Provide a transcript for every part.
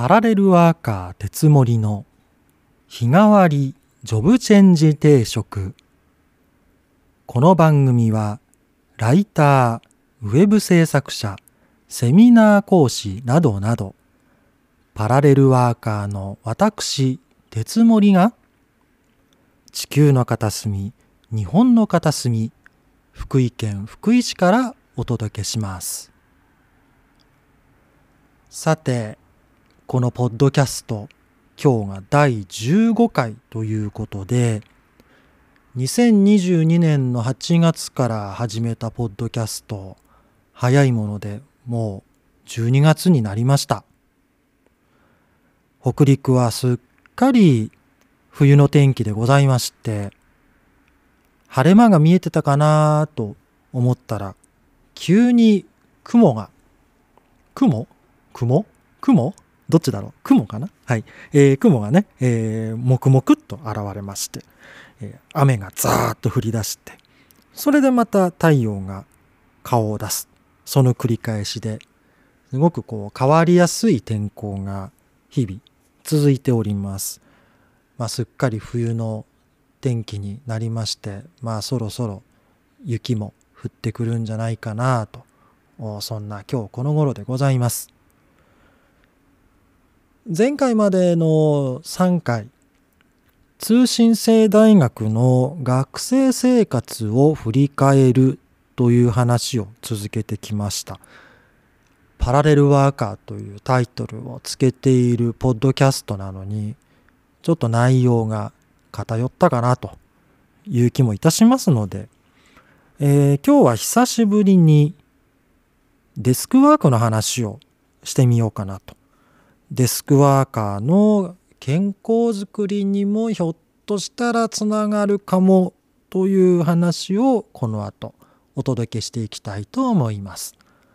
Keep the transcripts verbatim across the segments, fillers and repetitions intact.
パラレルワーカー鉄森の日替わりジョブチェンジ定食。この番組はライター、ウェブ制作者、セミナー講師などなどパラレルワーカーの私鉄森が地球の片隅、日本の片隅、福井県福井市からお届けします。さて、このポッドキャスト、今日がだいじゅうごかいということで、にせんにじゅうにねんのはちがつから始めたポッドキャスト、早いものでもうじゅうにがつになりました。北陸はすっかり冬の天気でございまして、晴れ間が見えてたかなと思ったら、急に雲が、雲雲雲どっちだろう雲かなはい、えー、雲がね、えー、もくもくっと現れまして、えー、雨がザーッと降り出して、それでまた太陽が顔を出す。その繰り返しで、すごくこう変わりやすい天候が日々続いております。まあ、すっかり冬の天気になりまして、まあそろそろ雪も降ってくるんじゃないかなと、そんな今日この頃でございます。前回までのさんかい、通信制大学の学生生活を振り返るという話を続けてきました。パラレルワーカーというタイトルをつけているポッドキャストなのに、ちょっと内容が偏ったかなという気もいたしますので、えー、今日は久しぶりにデスクワークの話をしてみようかなと。デスクワーカーの健康づくりにもひょっとしたらつながるかもという話をこの後お届けしていきたいと思います。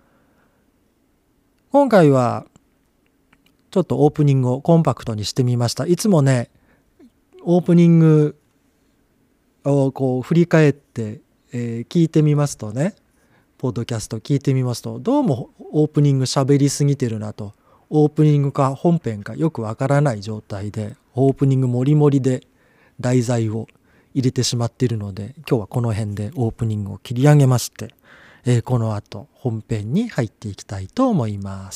今回はちょっとオープニングをコンパクトにしてみました。いつもね、オープニングをこう振り返って、えー、聞いてみますとね、ポッドキャスト聞いてみますと、どうもオープニング喋りすぎてるなと、オープニングか本編かよくわからない状態で、オープニングもりもりで題材を入れてしまっているので、今日はこの辺でオープニングを切り上げまして、えー、この後本編に入っていきたいと思います。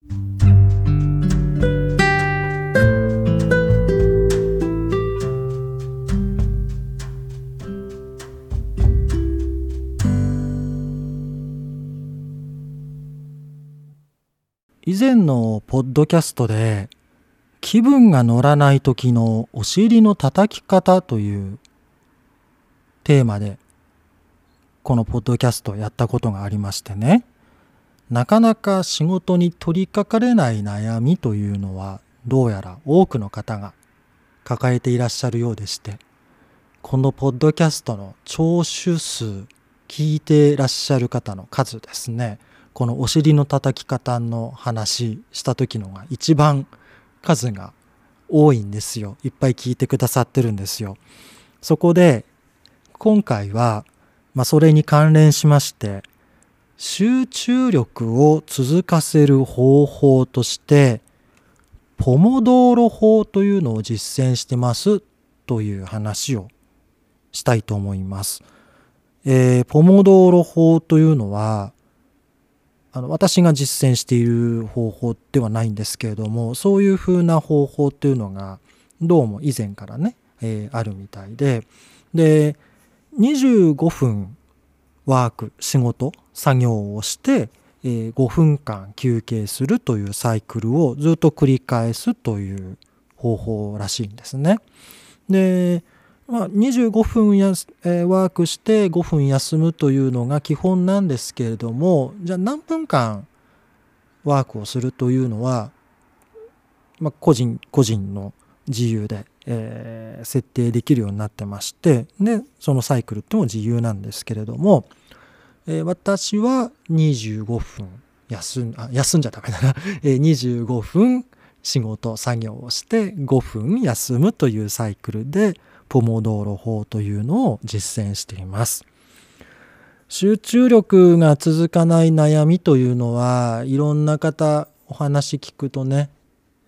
以前のポッドキャストで気分が乗らない時のお尻の叩き方というテーマでこのポッドキャストをやったことがありましてね、なかなか仕事に取り掛かれない悩みというのはどうやら多くの方が抱えていらっしゃるようでして、このポッドキャストの聴取数、聞いていらっしゃる方の数ですね、このお尻の叩き方の話した時のが一番数が多いんですよ。いっぱい聞いてくださってるんですよ。そこで今回は、まあ、それに関連しまして集中力を続かせる方法としてポモドーロ法というのを実践してますという話をしたいと思います。えー、ポモドーロ法というのはあの私が実践している方法ではないんですけれども、そういうふうな方法というのがどうも以前からね、えー、あるみたいで、でにじゅうごふんワーク、仕事、作業をして、えー、ごふんかん休憩するというサイクルをずっと繰り返すという方法らしいんですね。でまあ、にじゅうごふんや、えー、ワークしてごふん休むというのが基本なんですけれども、じゃあ何分間ワークをするというのは、まあ、個人個人の自由で、えー、設定できるようになってまして、でそのサイクルっても自由なんですけれども、えー、私はにじゅうごふん休んあ休んじゃダメだな、えー、にじゅうごふん仕事作業をしてごふん休むというサイクルでポモドーロ法というのを実践しています。集中力が続かない悩みというのはいろんな方お話聞くとね、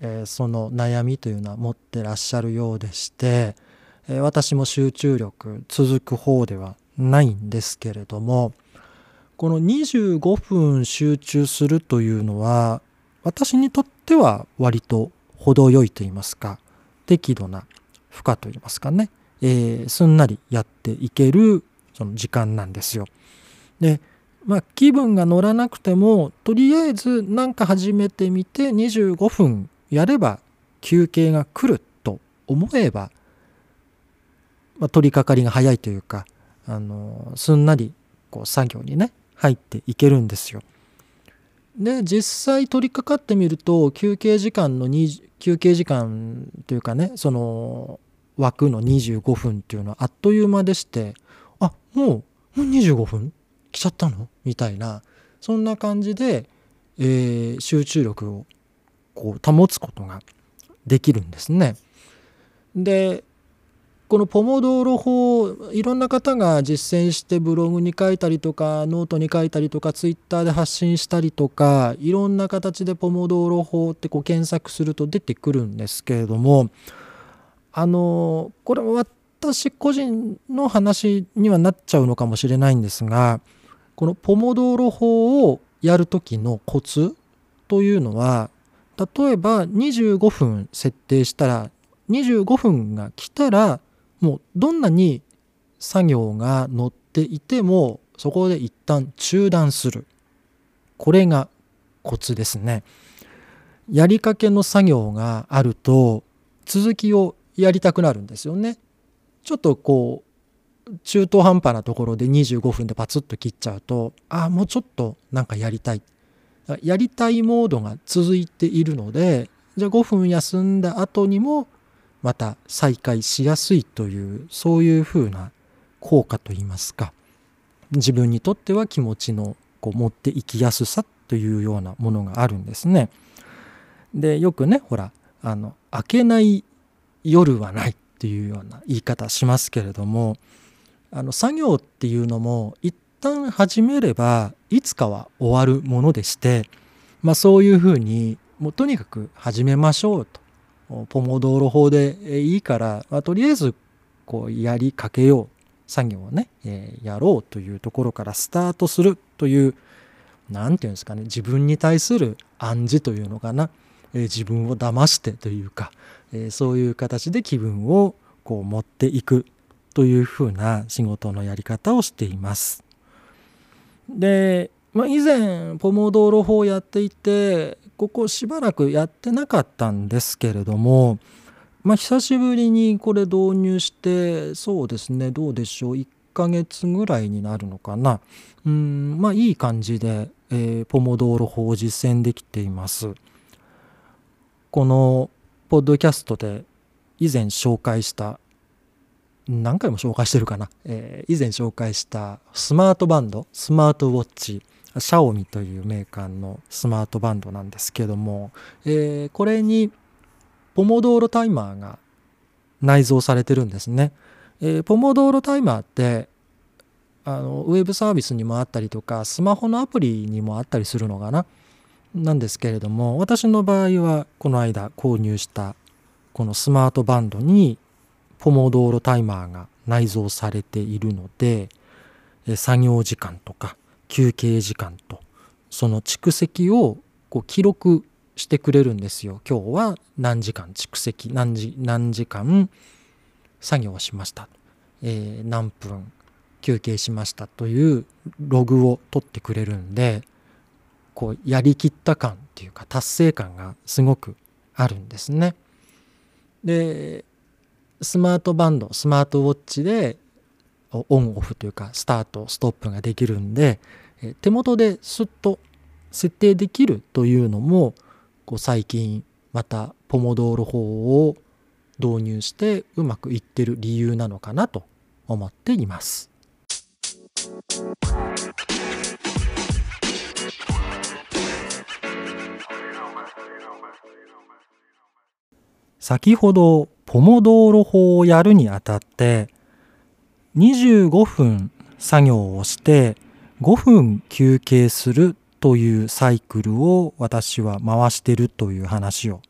えーその悩みというのは持ってらっしゃるようでして、えー私も集中力続く方ではないんですけれども、このにじゅうごふん集中するというのは私にとっては割と程よいと言いますか、適度な負荷と言いますかね、えーすんなりやっていけるその時間なんですよ。で、まあ気分が乗らなくてもとりあえず何か始めてみてにじゅうごふんやれば休憩が来ると思えば、まあ、取り掛かりが早いというか、あのすんなりこう作業にね入っていけるんですよ。で実際取り掛かってみると休憩時間のに休憩時間というかね、その枠のにじゅうごふんっていうのはあっという間でして、あもうもうにじゅうごふん来ちゃったのみたいな、そんな感じで、えー集中力をこう保つことができるんですね。でこのポモドーロ法、いろんな方が実践してブログに書いたりとかノートに書いたりとかツイッターで発信したりとか、いろんな形でポモドーロ法ってこう検索すると出てくるんですけれども、あのこれは私個人の話にはなっちゃうのかもしれないんですが、このポモドーロ法をやる時のコツというのは、例えばにじゅうごふん設定したらにじゅうごふんが来たらもうどんなに作業が乗っていてもそこで一旦中断する。これがコツですね。やりかけの作業があると続きをやりたくなるんですよね。ちょっとこう中途半端なところでにじゅうごふんでパツッと切っちゃうと、ああもうちょっとなんかやりたい。やりたいモードが続いているので、じゃあごふん休んだ後にもまた再開しやすいという、そういうふうな効果といいますか、自分にとっては気持ちのこう持っていきやすさというようなものがあるんですね。でよくねほらあの明けない夜はないっていうような言い方しますけれども、あの作業っていうのも一旦始めればいつかは終わるものでして、まあ、そういうふうにもうとにかく始めましょうと。ポモドーロ法でいいから、まあ、とりあえずこうやりかけよう、作業をね、えーやろうというところからスタートするという、なんていうんですかね、自分に対する暗示というのかな、えー自分を騙してというか、えーそういう形で気分をこう持っていくというふうな仕事のやり方をしています。で、まあ、以前ポモドーロ法をやっていて、ここしばらくやってなかったんですけれども、まあ、久しぶりにこれ導入して、そうですね、どうでしょう、いっかげつぐらいになるのかな。うん、まあいい感じで、えーポモドーロ法を実践できています。このポッドキャストで以前紹介した、何回も紹介してるかな、えー以前紹介したスマートバンド、スマートウォッチ、シャオミというメーカーのスマートバンドなんですけども、えーこれにポモドーロタイマーが内蔵されてるんですね。えーポモドーロタイマーってあのウェブサービスにもあったりとかスマホのアプリにもあったりするのかな、なんですけれども、私の場合はこの間購入したこのスマートバンドにポモドーロタイマーが内蔵されているので、え作業時間とか休憩時間とその蓄積をこう記録してくれるんですよ。今日は何時間蓄積、何時、何時間作業をしました、えー何分休憩しましたというログを取ってくれるんで、こうやりきった感っていうか達成感がすごくあるんですね。でスマートバンド、スマートウォッチでオンオフというかスタートストップができるんで、え手元ですっと設定できるというのもこう最近またポモドーロ法を導入してうまくいってる理由なのかなと思っています。先ほどポモドーロ法をやるにあたってにじゅうごふん作業をしてごふん休憩するというサイクルを私は回してるという話を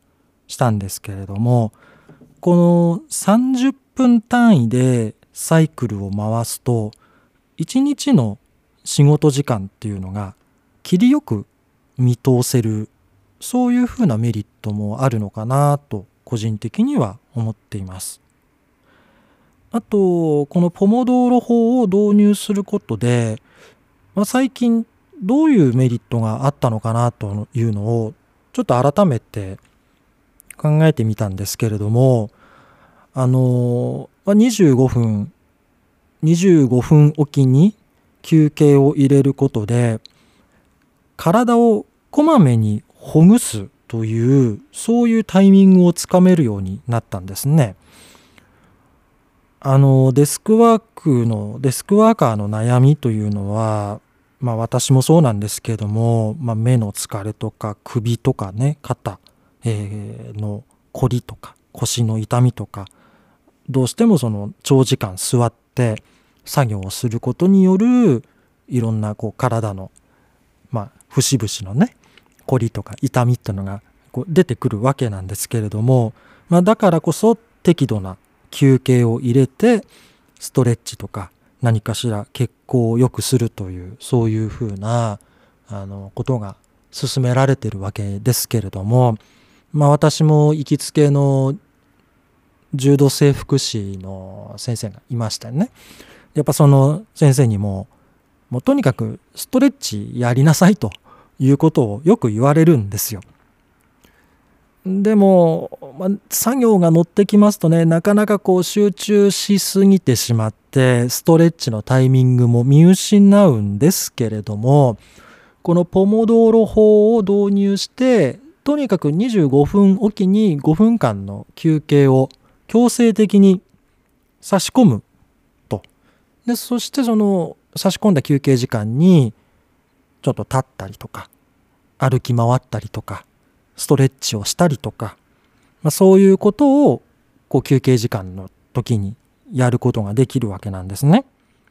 したんですけれども、このさんじゅっぷん単位でサイクルを回すといちにちの仕事時間っていうのが切りよく見通せる、そういうふうなメリットもあるのかなと個人的には思っています。あとこのポモドーロ法を導入することで、まあ、最近どういうメリットがあったのかなというのをちょっと改めて考えてみたんですけれども、あのにじゅうごふんにじゅうごふんおきに休憩を入れることで体をこまめにほぐすという、そういうタイミングをつかめるようになったんですね。あのデスクワークのデスクワーカーの悩みというのは、まあ私もそうなんですけれども、まあ、目の疲れとか首とかね、肩、えーのこりとか腰の痛みとか、どうしてもその長時間座って作業をすることによるいろんなこう体のまあ節々のねこりとか痛みっていうのがこう出てくるわけなんですけれども、まあ、だからこそ適度な休憩を入れてストレッチとか何かしら血行を良くするという、そういうふうなあのことが進められているわけですけれども、まあ私も行きつけの柔道整復師の先生がいましたよね。やっぱその先生にももうとにかくストレッチやりなさいということをよく言われるんですよ。でも、まあ、作業が乗ってきますとね、なかなかこう集中しすぎてしまってストレッチのタイミングも見失うんですけれども、このポモドーロ法を導入してとにかくにじゅうごふんおきにごふんかんの休憩を強制的に差し込むと。でそしてその差し込んだ休憩時間にちょっと立ったりとか歩き回ったりとかストレッチをしたりとか、まあ、そういうことをこう休憩時間の時にやることができるわけなんですね。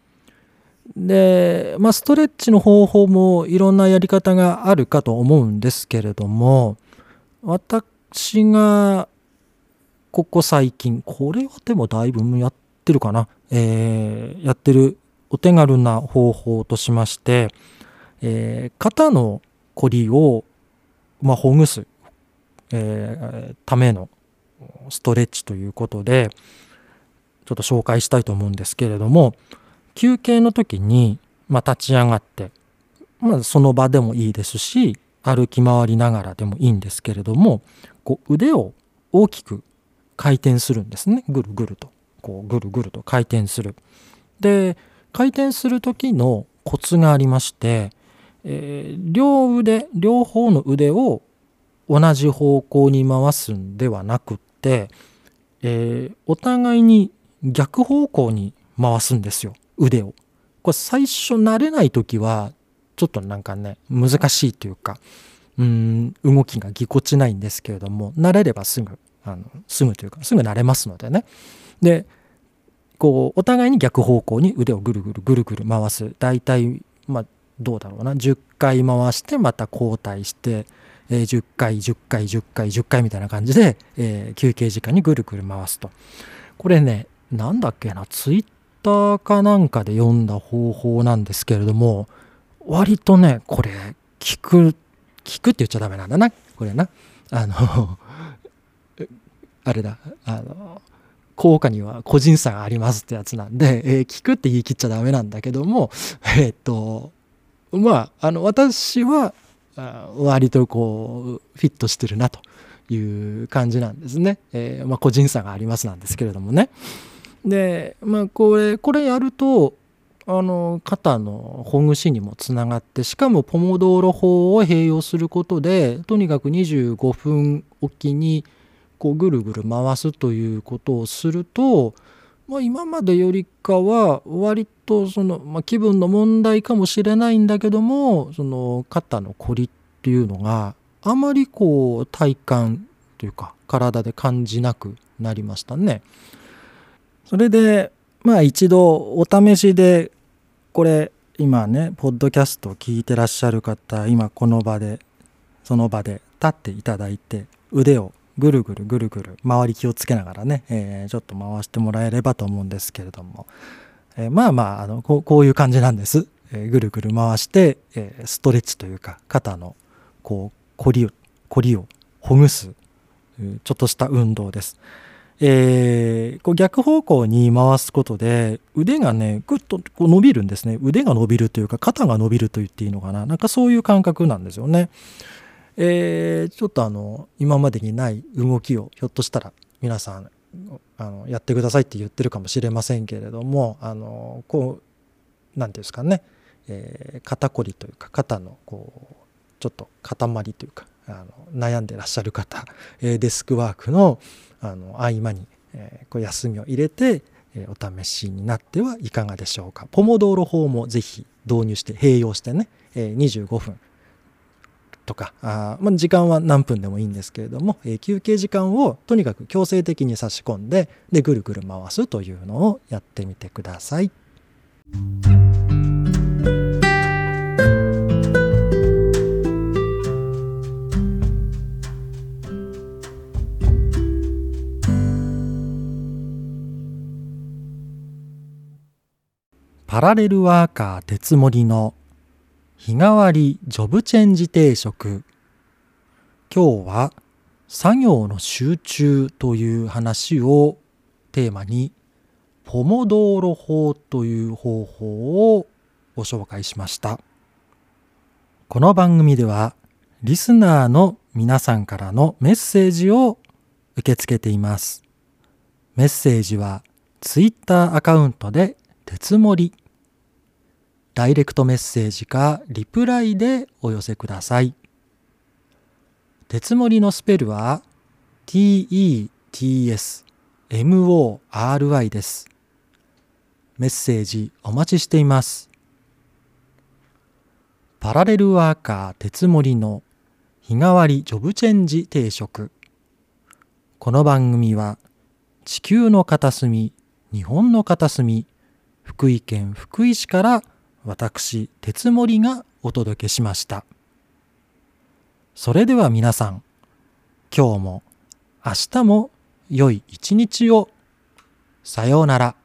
で、まあ、ストレッチの方法もいろんなやり方があるかと思うんですけれども、私がここ最近、これはでもだいぶやってるかな、えー、やってるお手軽な方法としまして、えー、肩のこりを、まあ、ほぐす、えー、ためのストレッチということでちょっと紹介したいと思うんですけれども、休憩の時に、まあ、立ち上がって、まあ、その場でもいいですし歩き回りながらでもいいんですけれども、こう腕を大きく回転するんですね。ぐるぐるとこうぐるぐると回転する。で回転する時のコツがありまして、えー、両腕両方の腕を同じ方向に回すんではなくって、えー、お互いに逆方向に回すんですよ、腕を。これ最初慣れない時はちょっとなんかね難しいというか、うーん動きがぎこちないんですけれども、慣れればすぐあのすぐというかすぐ慣れますのでね。でこうお互いに逆方向に腕をぐるぐるぐるぐる回す。だいたいまあどうだろうな、じゅっかい回してまた交代して、えー、じゅっかいじゅっかいじゅっかいじゅっかいみたいな感じで、えー、休憩時間にぐるぐる回すと。これね、なんだっけな、ツイッターかなんかで読んだ方法なんですけれども、割とねこれ効く効くって言っちゃダメなんだな、これな。あのあれだ、あの効果には個人差がありますってやつなんで、えー、効くって言い切っちゃダメなんだけども、えー、っとまああの私は割とこうフィットしてるなという感じなんですね。えー、まあ個人差がありますなんですけれどもね。でまあこれこれやるとあの肩のほぐしにもつながって、しかもポモドーロ法を併用することでとにかくにじゅうごふんおきにこうぐるぐる回すということをすると、まあ、今までよりかは割とその、まあ、気分の問題かもしれないんだけども、その肩のこりっていうのがあまりこう体感というか体で感じなくなりましたね。それでまあ一度お試しで、これ今ねポッドキャストを聞いてらっしゃる方、今この場でその場で立っていただいて腕をぐるぐるぐるぐる周り気をつけながらね、えー、ちょっと回してもらえればと思うんですけれども、えー、まあまああのこう、こういう感じなんです。えー、ぐるぐる回して、えー、ストレッチというか肩のこうこりをこりをほぐすちょっとした運動です。えー、こう逆方向に回すことで腕がねぐっとこう伸びるんですね。腕が伸びるというか肩が伸びると言っていいのかな、なんかそういう感覚なんですよね。えー、ちょっとあの今までにない動きをひょっとしたら皆さんあのやってくださいって言ってるかもしれませんけれども、あのこうなんていうんですかね、えー、肩こりというか肩のこうちょっと塊というかあの悩んでらっしゃる方、えー、デスクワークのあの合間に、えー、こう休みを入れて、えー、お試しになってはいかがでしょうか。ポモドーロ法もぜひ導入して併用してね、えー、にじゅうごふんとかあ、まあ、時間は何分でもいいんですけれども、えー、休憩時間をとにかく強制的に差し込んででぐるぐる回すというのをやってみてください。パラレルワーカー鉄森の日替わりジョブチェンジ定食。今日は作業の集中という話をテーマにポモドーロ法という方法をご紹介しました。この番組ではリスナーの皆さんからのメッセージを受け付けています。メッセージはツイッターアカウントで鉄森、ダイレクトメッセージかリプライでお寄せください。鉄森のスペルは ティーイーティーエスエムオーアールワイ です。メッセージお待ちしています。パラレルワーカー鉄森の日替わりジョブチェンジ定食。この番組は地球の片隅、日本の片隅、福井県福井市から私鉄森がお届けしました。それでは皆さん、今日も明日も良い一日を。さようなら。